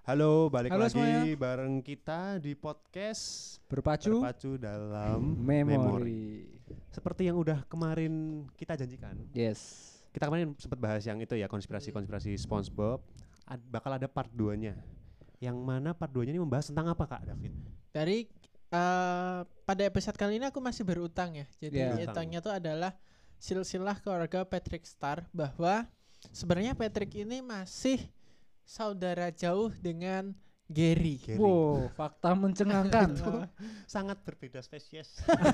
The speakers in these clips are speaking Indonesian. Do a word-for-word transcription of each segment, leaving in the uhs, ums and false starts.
Halo, balik Halo lagi semuanya. bareng kita di podcast Berpacu, Berpacu dalam memori. memori. Seperti yang udah kemarin kita janjikan. Yes. Kita kemarin sempat bahas yang itu ya, konspirasi-konspirasi SpongeBob. Ad, bakal ada part dua-nya. Yang mana part dua-nya ini membahas tentang apa, Kak David? Dari uh, pada episode kali ini aku masih berutang ya. Jadi Yeah. utangnya tuh adalah silsilah keluarga Patrick Star, bahwa sebenarnya Patrick ini masih saudara jauh dengan Gary. Gary. Wow, fakta mencengangkan. Uh, Sangat berbeda spesies.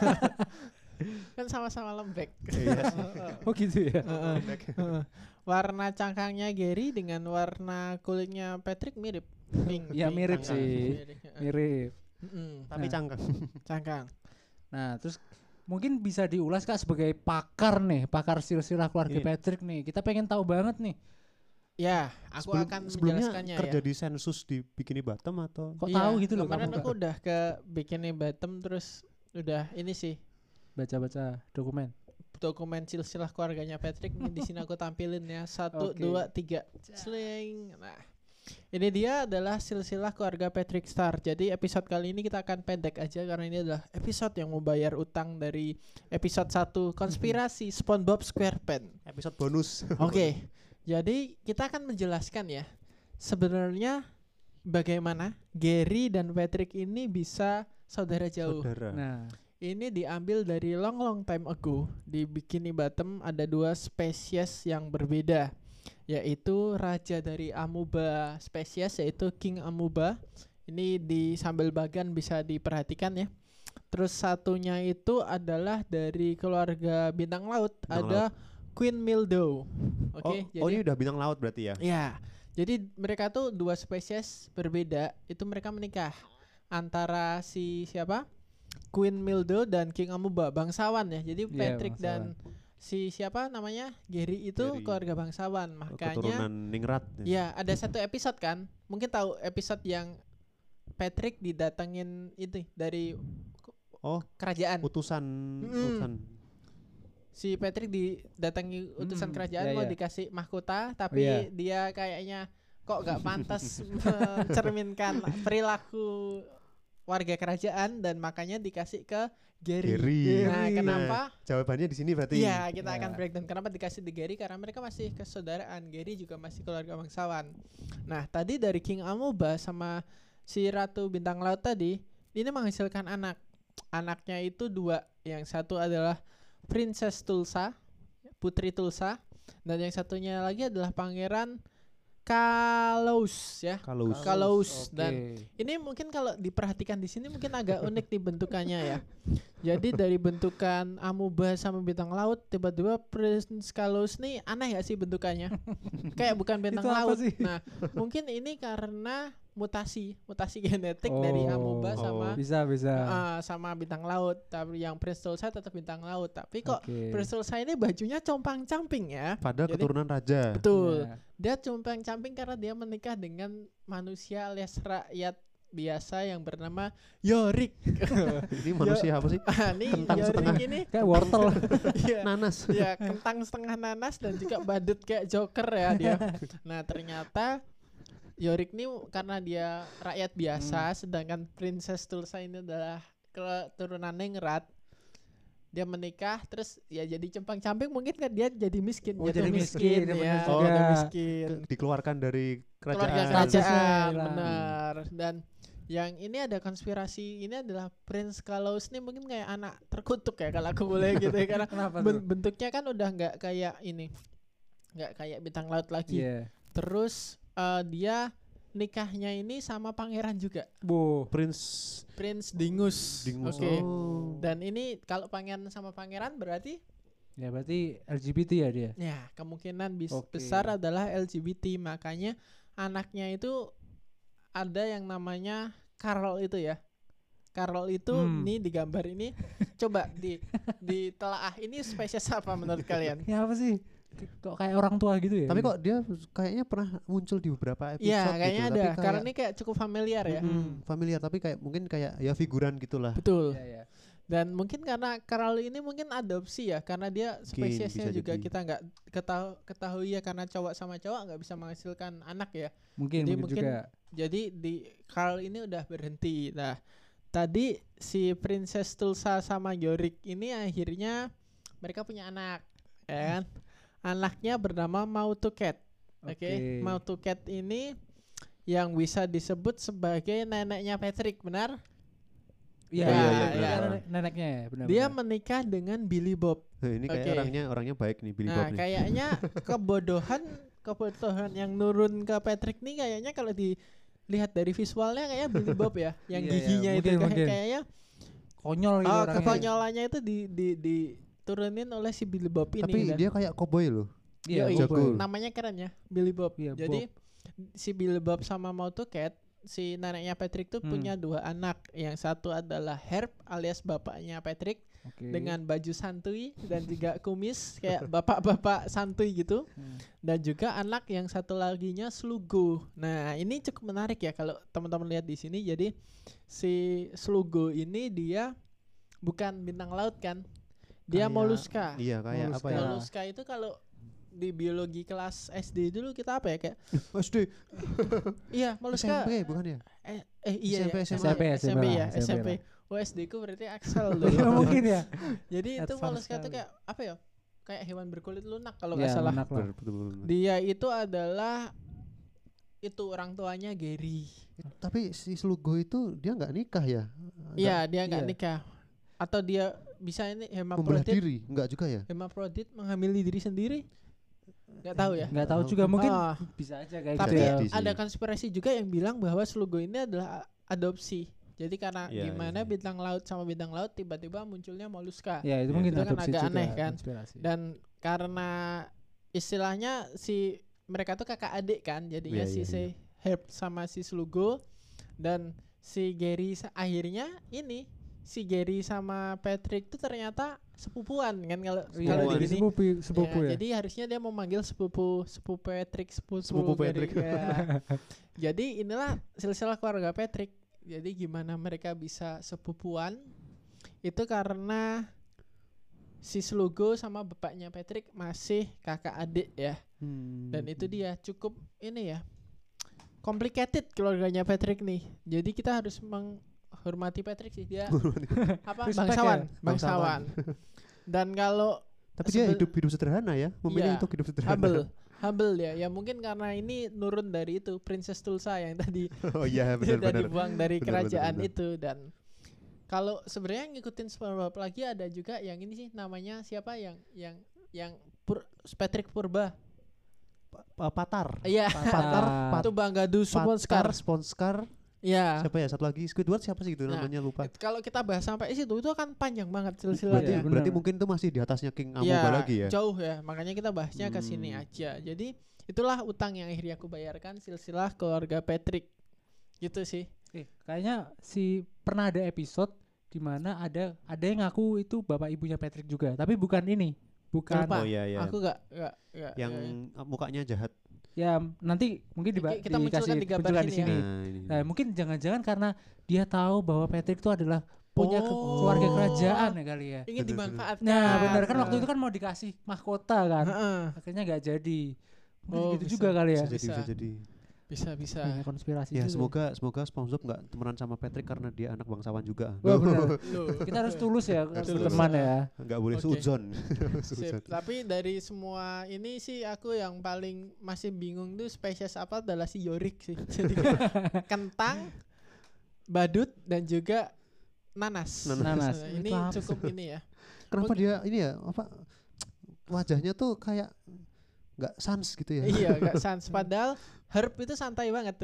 kan sama-sama lembek. Iya sih. Oh gitu ya. Uh, uh, uh. Warna cangkangnya Gary dengan warna kulitnya Patrick mirip. Pink, Ya, pink mirip cangkang. sih. Mirip. uh. Mirip. Mm-mm. Tapi Nah. cangkang. Cangkang. Nah, terus mungkin bisa diulas Kak sebagai pakar nih, pakar silsilah keluarga Ini. Patrick nih. Kita pengen tahu banget nih. Ya, aku Sebelum- akan sebelumnya menjelaskannya kerja ya. di sensus di Bikini Bottom atau Kok Iya, tahu gitu loh kemarin kamu aku udah ke Bikini Bottom, terus udah ini sih baca-baca dokumen. dokumen silsilah keluarganya Patrick. Nih, di sini aku tampilin ya, satu Oke. dua tiga sling. Nah, ini dia adalah silsilah keluarga Patrick Star. Jadi episode kali ini kita akan pendek aja karena ini adalah episode yang mau bayar utang dari episode satu konspirasi SpongeBob SquarePants. episode bonus? Oke, jadi kita akan menjelaskan ya, sebenarnya bagaimana Gary dan Patrick ini bisa saudara jauh. Saudara. Nah, Ini diambil dari long long time ago. Di Bikini Bottom ada dua spesies yang berbeda, yaitu raja dari amuba spesies, yaitu King Amuba. Ini di sambal bagan bisa diperhatikan ya. Terus satunya itu adalah dari keluarga bintang laut, Bintang ada Queen Mildew. Oke, oh, oh, ini udah bintang laut berarti ya? ya, jadi mereka tuh dua spesies berbeda. Itu mereka menikah antara si siapa? Queen Mildew dan King Amuba, bangsawan ya. Jadi Iya, Patrick bangsawan. dan si siapa namanya? Gary itu Gary. keluarga bangsawan. Oh, Makanya keturunan Ningrat. ya ada satu episode kan. Mungkin tahu episode yang Patrick didatengin itu dari Oh, kerajaan. utusan Mm-mm. utusan. Si Patrick didatangi utusan Hmm, kerajaan iya, mau iya. dikasih mahkota, tapi Iya. dia kayaknya kok gak pantas mencerminkan perilaku warga kerajaan, dan makanya dikasih ke Gary. Gary. Nah, Gary. kenapa? Jawabannya di sini berarti. Iya, kita akan Ya. breakdown kenapa dikasih di Gary, karena mereka masih kesaudaraan. Gary juga masih keluarga bangsawan. Nah, tadi dari King Amuba sama si Ratu Bintang Laut tadi, ini menghasilkan anak. Anaknya itu dua. Yang satu adalah Princess Tulsa, Putri Tulsa, dan yang satunya lagi adalah Pangeran Kalous ya. Kalau Kalous. Oke. Dan ini mungkin kalau diperhatikan di sini mungkin agak unik nih bentukannya ya. Jadi dari bentukan amuba sama bintang laut, tiba-tiba Prince Kalous nih aneh gak sih bentukannya? Kayak bukan bintang Itu apa laut. sih? Nah, mungkin ini karena mutasi, mutasi genetik dari Oh. amuba sama Bisa, bisa. uh, sama bintang laut. Tapi yang Prince Tulsa tetap bintang laut. Tapi kok Oke. Prince Tulsa ini bajunya compang-camping ya? pada Jadi- keturunan raja. Betul. Ya. Dia compang-camping karena dia menikah dengan manusia alias rakyat biasa yang bernama Yorick. Ini manusia apa sih? Ah, nih Kentang Yorick setengah. ini Kayak wortel. ya, Nanas. ya kentang setengah nanas dan juga badut kayak Joker ya dia. Nah, ternyata Yorick ini karena dia rakyat biasa, sedangkan Princess Tulsa ini adalah keturunan Ningrat. Dia menikah terus ya jadi compang-camping, mungkin kan dia jadi miskin, Oh, jatuh jadi miskin, miskin, bener ya, juga. jatuh miskin. Dikeluarkan dari Keluarga kerajaan. Statusnya kerajaan, hilang. benar. Dan yang ini ada konspirasi, ini adalah Prince Kalous nih mungkin kayak anak terkutuk ya kalau aku boleh gitu ya, karena Kenapa ben- tuh? bentuknya kan udah nggak kayak ini, nggak kayak bintang laut lagi. Iya. Terus eh, dia nikahnya ini sama pangeran juga, Bu. Prince Prince Dingus. Dingus. Oke. Oh. Dan ini kalau pangeran sama pangeran berarti Ya berarti L G B T ya dia. ya kemungkinan bis- Oke. besar adalah L G B T. Makanya anaknya itu ada yang namanya Carol itu ya. Carol itu Hmm. nih di gambar ini coba di ditelaah, ini spesies apa menurut kalian? Ya apa sih? Kok kayak orang tua gitu ya? Tapi kok dia kayaknya pernah muncul di beberapa episode Iya, kayaknya gitu. ada. Tapi kayak, Karena ini kayak cukup familiar ya. mm, familiar tapi kayak mungkin kayak ya figuran gitulah. Betul. Iya, iya. Dan mungkin karena Carl ini mungkin adopsi ya, karena dia spesiesnya bisa juga jadi. kita nggak ketahu ketahui ya, karena cowok sama cowok nggak bisa menghasilkan anak ya. Mungkin, Jadi mungkin, mungkin juga. Jadi di Carl ini udah berhenti. Nah, tadi si Princess Tulsa sama Yorick ini akhirnya mereka punya anak, ya kan? Anaknya bernama Mautucat. Oke, okay. Oke. Mautucat ini yang bisa disebut sebagai neneknya Patrick, benar? Iya, Ya, iya, ya, iya, ya. nenek- neneknya ya, benar. Dia benar. menikah dengan Billy Bob. Eh, ini kayak Oke. orangnya orangnya baik nih Billy Nah, Bob nih. kayaknya kebodohan kebodohan yang nurun ke Patrick nih kayaknya kalau dilihat dari visualnya kayaknya Billy Bob ya, yang Iya, iya, giginya itu mungkin, kayak- mungkin. kayaknya Konyol gitu oh, orangnya. kekonyolannya itu di di diturunin oleh si Billy Bob ini. Tapi dan- dia kayak cowboy loh. Iya, Yoi, jago. Bob. namanya keren ya, Billy Bob. Iya, Jadi si Billy Bob sama Mautucat, si neneknya Patrick tuh Hmm. punya dua anak. Yang satu adalah Herb alias bapaknya Patrick Oke. dengan baju santuy dan juga kumis kayak bapak-bapak santuy gitu. Hmm. Dan juga anak yang satu laginya Slugo. Nah, ini cukup menarik ya kalau teman-teman lihat di sini. Jadi si Slugo ini dia bukan bintang laut kan? Dia Kayak- moluska. Iya kayak apa Moluska. ya? Moluska itu kalau di biologi kelas S D dulu kita apa ya kayak S D, iya S M moluska P bukan ya? eh, eh iya S M P, ya, S M P. S M P ya S M P ya lah, S M P. S M P Oh S D ku berarti Axel Iya, dulu. mungkin ya. Jadi itu Advance moluska itu sekali. kayak apa ya? Kayak hewan berkulit lunak kalau Iya, nggak salah. lunak lah. Betul, betul, betul. Dia itu adalah itu orang tuanya Gary. Tapi si Slugo itu dia nggak nikah ya? Iya, dia nggak iya. nikah. Atau dia bisa ini Membelah hemaprodit, diri, nggak juga ya? hemaprodit menghamili diri sendiri. Nggak tahu ya. Nggak tahu juga, mungkin Ah. bisa aja kayak Tapi gitu ya. jadi sih. ada konspirasi juga yang bilang bahwa Slugo ini adalah adopsi. Jadi karena Iya, gimana iya. bintang laut sama bintang laut tiba-tiba munculnya moluska. Ya, itu Ya, mungkin itu kan adopsi agak juga, aneh kan. konspirasi. Dan karena istilahnya si mereka tuh kakak adik kan, jadinya Iya, si iya, si Herb sama si Slugo dan si Gary sa- akhirnya ini si Gary sama Patrick tuh ternyata sepupuan kan kalau Iya, kalau di jadi sini. sepupu, sepupu Ya, ya. Jadi harusnya dia mau manggil sepupu sepupu Patrick, sepupu, Sepupu Gary, Patrick. ya. Jadi inilah silsilah keluarga Patrick. Jadi gimana mereka bisa sepupuan? Itu karena si Slugo sama bapaknya Patrick masih kakak adik ya. Hmm. Dan itu dia cukup ini ya. Complicated keluarganya Patrick nih. Jadi kita harus menghormati Patrick sih, dia apa Respect bangsawan, ya? bangsawan. Dan kalau Tapi dia sebe- hidup hidup sederhana ya, memilih Iya, untuk hidup sederhana. humble, humble ya. Ya mungkin karena ini nurun dari itu Princess Tulsa yang tadi Oh iya udah benar-benar. dibuang dari Benar, kerajaan benar, benar. itu. Dan kalau sebenarnya ngikutin SpongeBob lagi ada juga yang ini sih namanya siapa yang yang yang Pur, Patrick Purba. Pa- Patar. Iya. Patar, Ah. Pat- Itu Bangadu Patar, Sponskar. Sponskar. Iya. Siapa ya? Satu lagi Squidward siapa sih gitu Nah, namanya lupa. It- Kalau kita bahas sampai situ itu kan panjang banget Berarti silsilahnya. Iya, benar. berarti mungkin itu masih di atasnya King Amoeba Iya, lagi ya. jauh ya. Makanya kita bahasnya ke sini Hmm. aja. Jadi itulah utang yang akhirnya aku bayarkan silsilah keluarga Patrick. Gitu sih. Eh, kayaknya si pernah ada episode di mana ada ada yang ngaku itu bapak ibunya Patrick juga, tapi bukan ini. Bukan. Lupa. Oh iya iya. Aku gak, gak, gak Yang ya. mukanya jahat. Ya, nanti mungkin diba- Ki- kita munculkan dikasih di gambar munculkan di sini ya. sini. Nah, ini. Nah, mungkin jangan-jangan karena dia tahu bahwa Patrick itu adalah punya ke- Oh. keluarga kerajaan ya kali ya. Ingin Bener, dimanfaatkan. Nah, benar kan Nah. waktu itu kan mau dikasih mahkota kan. Heeh. Akhirnya nggak jadi. Mungkin Oh, gitu bisa. juga kali ya. Bisa jadi Bisa. bisa jadi. Bisa bisa. Punya konspirasi Ya juga. semoga semoga SpongeBob nggak temenan sama Patrick karena dia anak bangsawan juga. Wah, benar. Loh. Kita harus tulus ya Harus berteman tulus. ya. Nggak boleh Oke. suzon. Sip. Tapi dari semua ini sih aku yang paling masih bingung tuh spesies apa adalah si Yorick sih. Jadi kentang, badut dan juga nanas. Nanas. Nah, ini Itu apa? cukup ini ya. Kenapa Mungkin- dia ini ya apa wajahnya tuh kayak nggak sans gitu ya? Iya, gak sans. Padahal Herb itu santai banget tuh.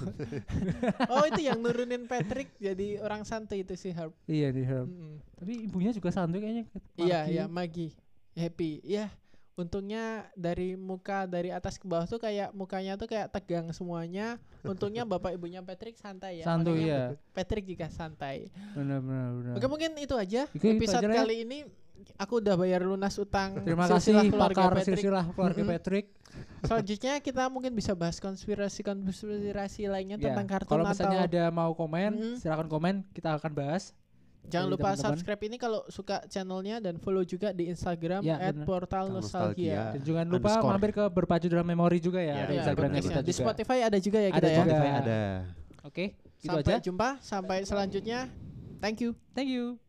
Oh, itu yang nurunin Patrick jadi orang santai itu si Herb. Iya nih. Herb. Mm-mm. Tapi ibunya juga santuy kayaknya. Iya, Marky. iya, Maggie. Happy. Iya. Untungnya dari muka dari atas ke bawah tuh kayak mukanya tuh kayak tegang semuanya. Untungnya bapak ibunya Patrick santai ya. Santuy Makanya ya. Patrick juga santai. Benar benar benar. Oke, mungkin itu aja Oke, itu episode aja lah ya. kali ini. Aku udah bayar lunas utang Terima silsilah kasih keluarga pakar Patrick. silsilah keluarga Mm-mm. Patrick. Selanjutnya kita mungkin bisa bahas konspirasi-konspirasi lainnya Ya, tentang kartun kalau atau misalnya ada mau komen, Mm-mm. silakan komen, kita akan bahas. Jangan dari lupa teman-teman. subscribe ini kalau suka channelnya dan follow juga di Instagram Ya, at benar. portal nostalgia. Dan jangan lupa Underscore. mampir ke berpacu dalam memori juga ya, Ya, ada ya, Instagramnya betul. kita Di juga. Spotify ada juga ya Ada kita ya. juga. Spotify ada. Oke, gitu Sampai aja. jumpa, sampai selanjutnya. Thank you. Thank you.